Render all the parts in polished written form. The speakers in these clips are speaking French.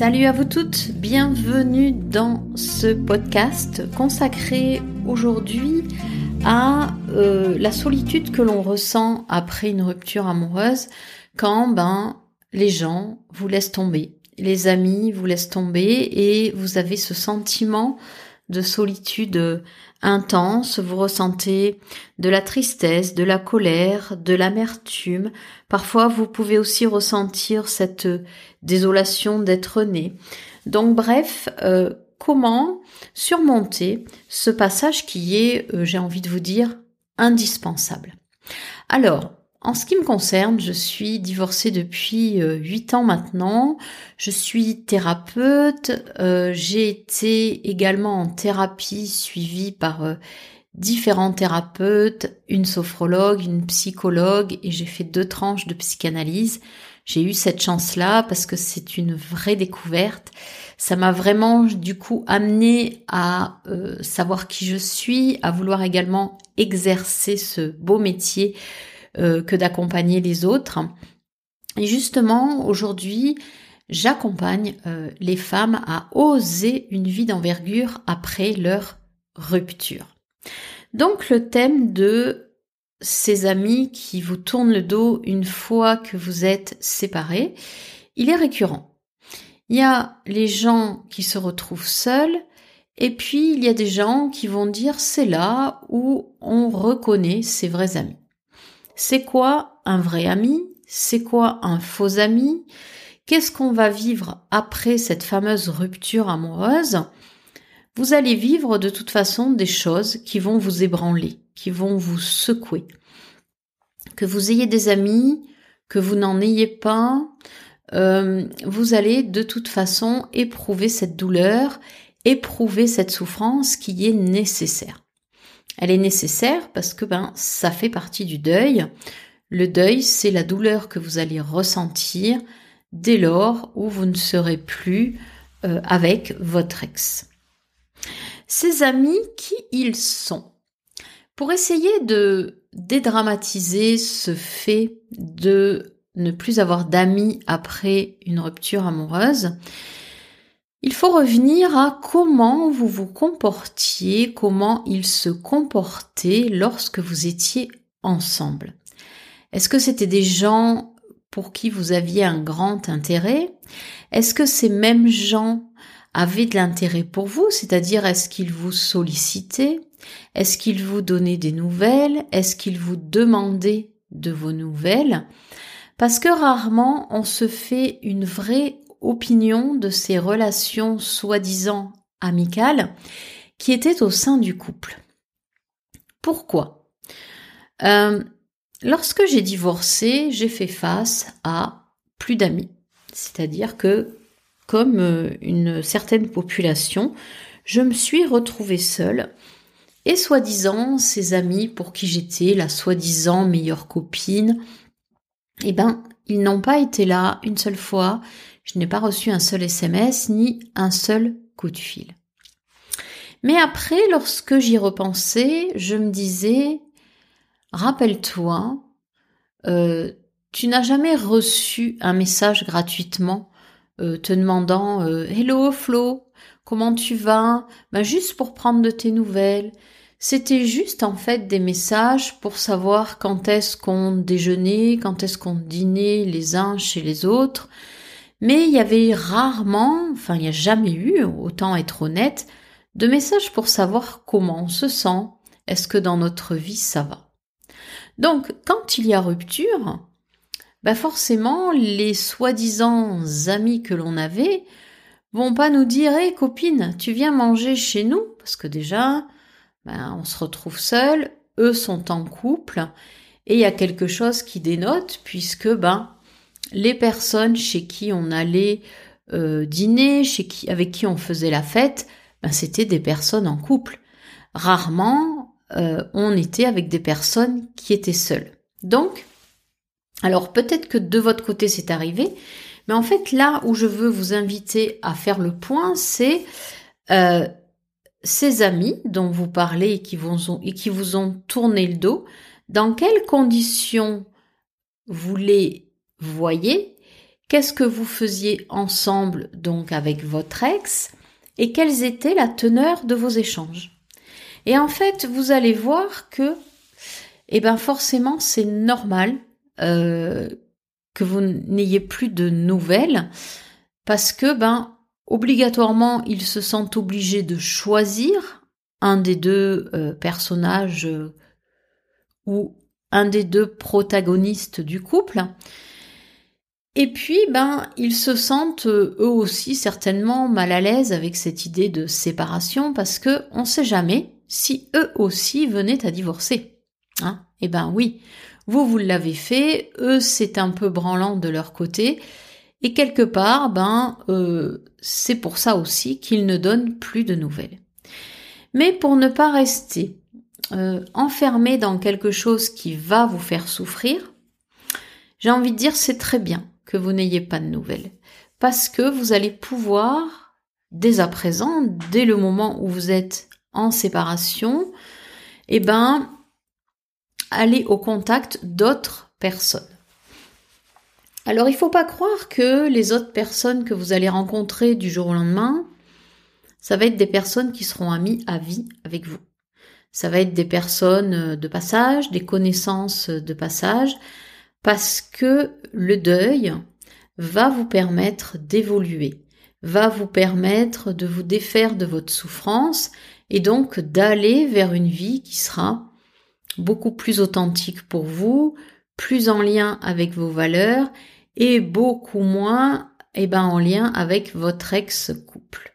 Salut à vous toutes, bienvenue dans ce podcast consacré aujourd'hui à la solitude que l'on ressent après une rupture amoureuse quand les gens vous laissent tomber, les amis vous laissent tomber et vous avez ce sentiment de solitude intense, vous ressentez de la tristesse, de la colère, de l'amertume. Parfois, vous pouvez aussi ressentir cette désolation d'être né. Donc bref, comment surmonter ce passage qui est, j'ai envie de vous dire, indispensable. Alors, en ce qui me concerne, je suis divorcée depuis 8 ans maintenant. Je suis thérapeute. J'ai été également en thérapie suivie par différents thérapeutes, une sophrologue, une psychologue, et j'ai fait 2 tranches de psychanalyse. J'ai eu cette chance-là parce que c'est une vraie découverte. Ça m'a vraiment du coup amené à savoir qui je suis, à vouloir également exercer ce beau métier que d'accompagner les autres. Et justement, aujourd'hui, j'accompagne les femmes à oser une vie d'envergure après leur rupture. Donc, le thème de ces amis qui vous tournent le dos une fois que vous êtes séparés, il est récurrent. Il y a les gens qui se retrouvent seuls, et puis il y a des gens qui vont dire c'est là où on reconnaît ses vrais amis. C'est quoi un vrai ami? C'est quoi un faux ami? Qu'est-ce qu'on va vivre après cette fameuse rupture amoureuse? Vous allez vivre de toute façon des choses qui vont vous ébranler, qui vont vous secouer. Que vous ayez des amis, que vous n'en ayez pas, vous allez de toute façon éprouver cette douleur, éprouver cette souffrance qui est nécessaire. Elle est nécessaire parce que ça fait partie du deuil. Le deuil, c'est la douleur que vous allez ressentir dès lors où vous ne serez plus avec votre ex. Ces amis, qui ils sont? Pour essayer de dédramatiser ce fait de ne plus avoir d'amis après une rupture amoureuse, il faut revenir à comment vous vous comportiez, comment ils se comportaient lorsque vous étiez ensemble. Est-ce que c'était des gens pour qui vous aviez un grand intérêt? Est-ce que ces mêmes gens avaient de l'intérêt pour vous? C'est-à-dire, est-ce qu'ils vous sollicitaient? Est-ce qu'ils vous donnaient des nouvelles? Est-ce qu'ils vous demandaient de vos nouvelles? Parce que rarement on se fait une vraie opinion de ces relations soi-disant amicales qui étaient au sein du couple. Pourquoi? Lorsque j'ai divorcé, j'ai fait face à plus d'amis. C'est-à-dire que, comme une certaine population, je me suis retrouvée seule et soi-disant, ces amis pour qui j'étais la soi-disant meilleure copine, ils n'ont pas été là une seule fois. Je n'ai pas reçu un seul SMS ni un seul coup de fil. Mais après, lorsque j'y repensais, je me disais, rappelle-toi, tu n'as jamais reçu un message gratuitement te demandant Hello Flo, comment tu vas? Juste pour prendre de tes nouvelles. C'était juste en fait des messages pour savoir quand est-ce qu'on déjeunait, quand est-ce qu'on dînait les uns chez les autres. Mais il y avait rarement, il n'y a jamais eu, autant être honnête, de messages pour savoir comment on se sent, est-ce que dans notre vie ça va. Donc, quand il y a rupture, forcément, les soi-disant amis que l'on avait vont pas nous dire « Hey copine, tu viens manger chez nous ?» Parce que déjà, on se retrouve seul, eux sont en couple, et il y a quelque chose qui dénote, puisque les personnes chez qui on allait dîner, avec qui on faisait la fête, c'était des personnes en couple. Rarement, on était avec des personnes qui étaient seules. Donc, alors peut-être que de votre côté c'est arrivé, mais en fait là où je veux vous inviter à faire le point, c'est ces amis dont vous parlez et qui vous ont tourné le dos, dans quelles conditions vous les voyez, qu'est-ce que vous faisiez ensemble donc avec votre ex et quelles étaient la teneur de vos échanges. Et en fait, vous allez voir que forcément c'est normal que vous n'ayez plus de nouvelles parce que obligatoirement ils se sentent obligés de choisir un des deux personnages ou un des deux protagonistes du couple. Et puis, ils se sentent eux aussi certainement mal à l'aise avec cette idée de séparation parce que on sait jamais si eux aussi venaient à divorcer. Hein? Oui, vous l'avez fait, eux c'est un peu branlant de leur côté et quelque part, c'est pour ça aussi qu'ils ne donnent plus de nouvelles. Mais pour ne pas rester enfermé dans quelque chose qui va vous faire souffrir, j'ai envie de dire c'est très bien que vous n'ayez pas de nouvelles. Parce que vous allez pouvoir, dès à présent, dès le moment où vous êtes en séparation, aller au contact d'autres personnes. Alors il ne faut pas croire que les autres personnes que vous allez rencontrer du jour au lendemain, ça va être des personnes qui seront amies à vie avec vous. Ça va être des personnes de passage, des connaissances de passage, parce que le deuil va vous permettre d'évoluer, va vous permettre de vous défaire de votre souffrance et donc d'aller vers une vie qui sera beaucoup plus authentique pour vous, plus en lien avec vos valeurs et beaucoup moins en lien avec votre ex-couple.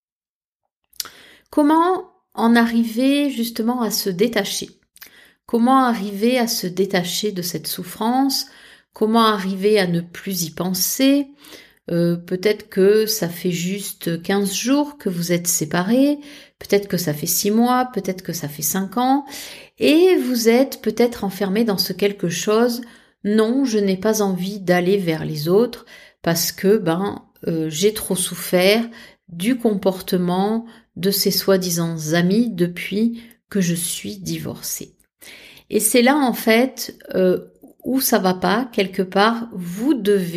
Comment en arriver justement à se détacher ? Comment arriver à se détacher de cette souffrance ? Comment arriver à ne plus y penser ? Peut-être que ça fait juste 15 jours que vous êtes séparés, peut-être que ça fait 6 mois, peut-être que ça fait 5 ans, et vous êtes peut-être enfermé dans ce quelque chose. Non, je n'ai pas envie d'aller vers les autres parce que j'ai trop souffert du comportement de ces soi-disant amis depuis que je suis divorcée. Et c'est là en fait où ça va pas, quelque part, vous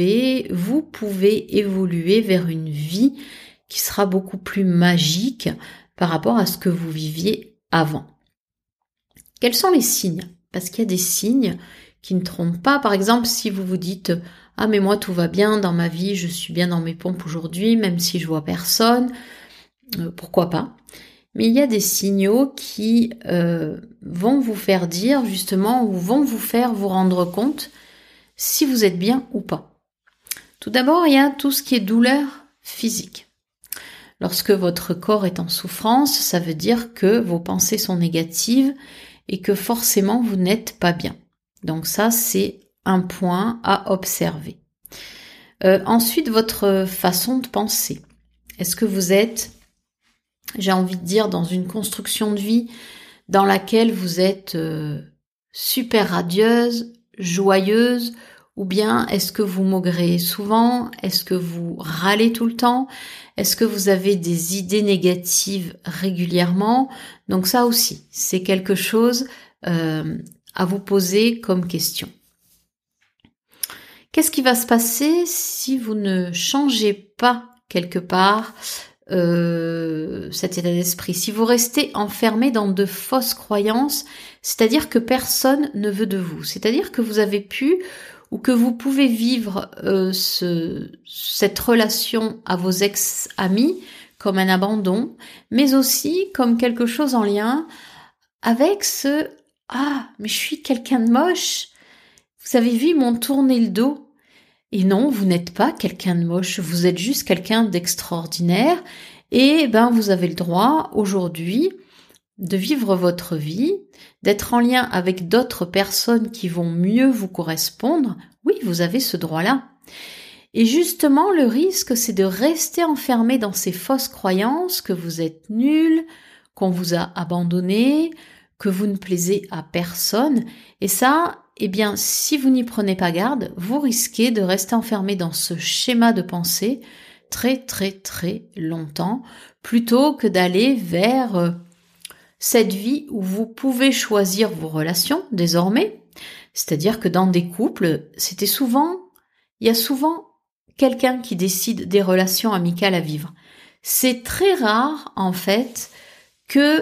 pouvez évoluer vers une vie qui sera beaucoup plus magique par rapport à ce que vous viviez avant. Quels sont les signes ? Parce qu'il y a des signes qui ne trompent pas. Par exemple, si vous vous dites « Ah mais moi tout va bien dans ma vie, je suis bien dans mes pompes aujourd'hui, même si je vois personne », pourquoi pas ? Mais il y a des signaux qui vont vous faire dire justement ou vont vous faire vous rendre compte si vous êtes bien ou pas. Tout d'abord, il y a tout ce qui est douleur physique. Lorsque votre corps est en souffrance, ça veut dire que vos pensées sont négatives et que forcément vous n'êtes pas bien. Donc ça, c'est un point à observer. Ensuite, votre façon de penser. Est-ce que vous êtes, j'ai envie de dire, dans une construction de vie dans laquelle vous êtes super radieuse, joyeuse, ou bien est-ce que vous maugrez souvent? Est-ce que vous râlez tout le temps? Est-ce que vous avez des idées négatives régulièrement? Donc ça aussi, c'est quelque chose à vous poser comme question. Qu'est-ce qui va se passer si vous ne changez pas quelque part cet état d'esprit, si vous restez enfermé dans de fausses croyances, c'est-à-dire que personne ne veut de vous, c'est-à-dire que vous avez pu ou que vous pouvez vivre cette relation à vos ex-amis comme un abandon, mais aussi comme quelque chose en lien avec ce « Ah, mais je suis quelqu'un de moche, vous avez vu, ils m'ont tourné le dos ». Et non, vous n'êtes pas quelqu'un de moche, vous êtes juste quelqu'un d'extraordinaire et vous avez le droit aujourd'hui de vivre votre vie, d'être en lien avec d'autres personnes qui vont mieux vous correspondre. Oui, vous avez ce droit-là. Et justement, le risque, c'est de rester enfermé dans ces fausses croyances que vous êtes nul, qu'on vous a abandonné, que vous ne plaisez à personne. Et ça, si vous n'y prenez pas garde, vous risquez de rester enfermé dans ce schéma de pensée très très très longtemps, plutôt que d'aller vers cette vie où vous pouvez choisir vos relations désormais. C'est-à-dire que dans des couples, il y a souvent quelqu'un qui décide des relations amicales à vivre. C'est très rare, en fait, que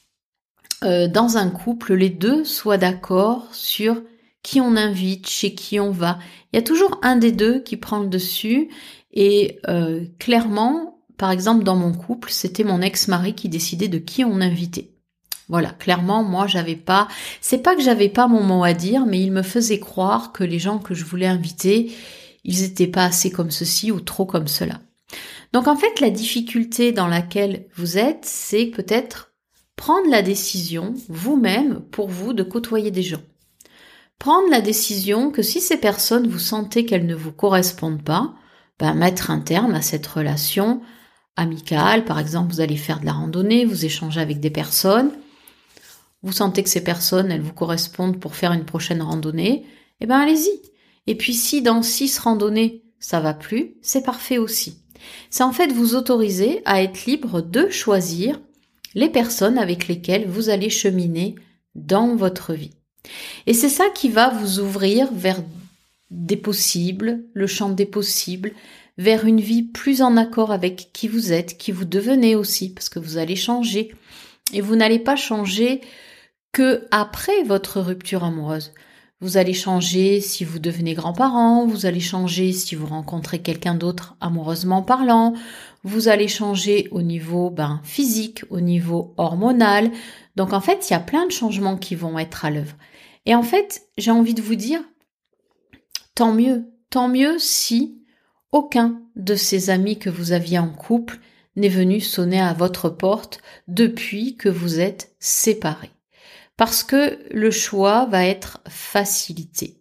dans un couple, les deux soient d'accord sur qui on invite, chez qui on va. Il y a toujours un des deux qui prend le dessus et clairement, par exemple dans mon couple, c'était mon ex-mari qui décidait de qui on invitait. Voilà, clairement, moi c'est pas que j'avais pas mon mot à dire, mais il me faisait croire que les gens que je voulais inviter, ils étaient pas assez comme ceci ou trop comme cela. Donc en fait, la difficulté dans laquelle vous êtes, c'est peut-être prendre la décision, vous-même, pour vous, de côtoyer des gens. Prendre la décision que si ces personnes, vous sentez qu'elles ne vous correspondent pas, mettre un terme à cette relation amicale. Par exemple, vous allez faire de la randonnée, vous échangez avec des personnes, vous sentez que ces personnes, elles vous correspondent pour faire une prochaine randonnée, allez-y. Et puis si dans 6 randonnées, ça va plus, c'est parfait aussi. C'est en fait vous autoriser à être libre de choisir les personnes avec lesquelles vous allez cheminer dans votre vie. Et c'est ça qui va vous ouvrir vers des possibles, le champ des possibles, vers une vie plus en accord avec qui vous êtes, qui vous devenez aussi, parce que vous allez changer. Et vous n'allez pas changer que après votre rupture amoureuse. Vous allez changer si vous devenez grands-parents, vous allez changer si vous rencontrez quelqu'un d'autre amoureusement parlant, vous allez changer au niveau physique, au niveau hormonal. Donc en fait, il y a plein de changements qui vont être à l'œuvre. Et en fait, j'ai envie de vous dire, tant mieux si aucun de ces amis que vous aviez en couple n'est venu sonner à votre porte depuis que vous êtes séparés. Parce que le choix va être facilité.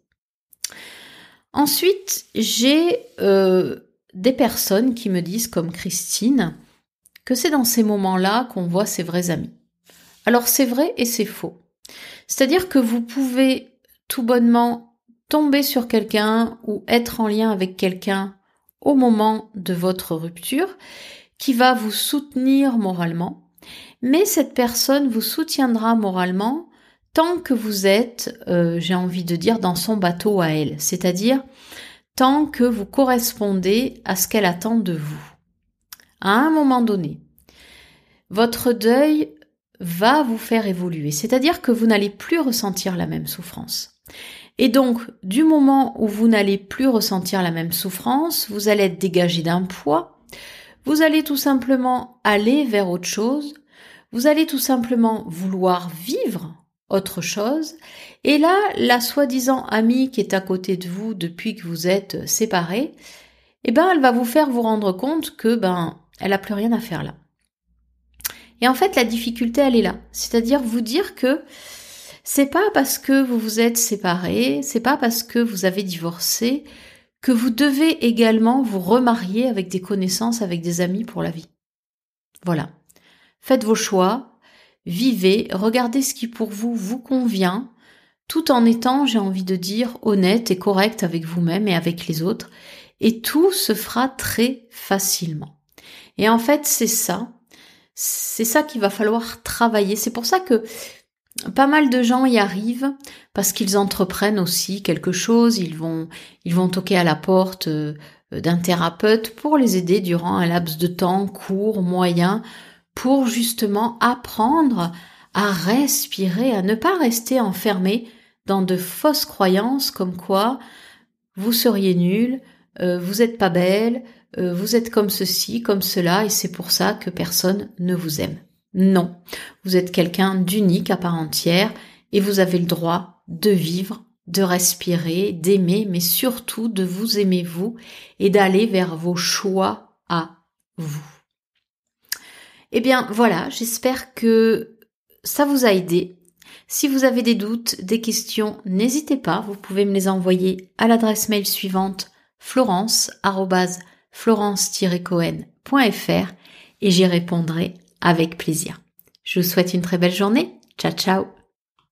Ensuite, j'ai des personnes qui me disent, comme Christine, que c'est dans ces moments-là qu'on voit ses vrais amis. Alors c'est vrai et c'est faux. C'est-à-dire que vous pouvez tout bonnement tomber sur quelqu'un ou être en lien avec quelqu'un au moment de votre rupture qui va vous soutenir moralement, mais cette personne vous soutiendra moralement tant que vous êtes, j'ai envie de dire, dans son bateau à elle, c'est-à-dire tant que vous correspondez à ce qu'elle attend de vous. À un moment donné, votre deuil va vous faire évoluer, c'est-à-dire que vous n'allez plus ressentir la même souffrance. Et donc, du moment où vous n'allez plus ressentir la même souffrance, vous allez être dégagé d'un poids, vous allez tout simplement aller vers autre chose, vous allez tout simplement vouloir vivre autre chose, et là, la soi-disant amie qui est à côté de vous depuis que vous êtes séparés, elle va vous faire vous rendre compte que, elle a plus rien à faire là. Et en fait, la difficulté, elle est là. C'est-à-dire vous dire que c'est pas parce que vous vous êtes séparés, c'est pas parce que vous avez divorcé que vous devez également vous remarier avec des connaissances, avec des amis pour la vie. Voilà. Faites vos choix. Vivez, regardez ce qui pour vous vous convient, tout en étant, j'ai envie de dire, honnête et correct avec vous-même et avec les autres, et tout se fera très facilement. Et en fait, c'est ça qu'il va falloir travailler. C'est pour ça que pas mal de gens y arrivent, parce qu'ils entreprennent aussi quelque chose, ils vont toquer à la porte d'un thérapeute pour les aider durant un laps de temps court, moyen, pour justement apprendre à respirer, à ne pas rester enfermé dans de fausses croyances comme quoi vous seriez nul, vous êtes pas belle, vous êtes comme ceci, comme cela, et c'est pour ça que personne ne vous aime. Non, vous êtes quelqu'un d'unique à part entière et vous avez le droit de vivre, de respirer, d'aimer, mais surtout de vous aimer vous et d'aller vers vos choix à vous. Eh bien voilà, j'espère que ça vous a aidé. Si vous avez des doutes, des questions, n'hésitez pas, vous pouvez me les envoyer à l'adresse mail suivante florence@florence-cohen.fr et j'y répondrai avec plaisir. Je vous souhaite une très belle journée. Ciao ciao.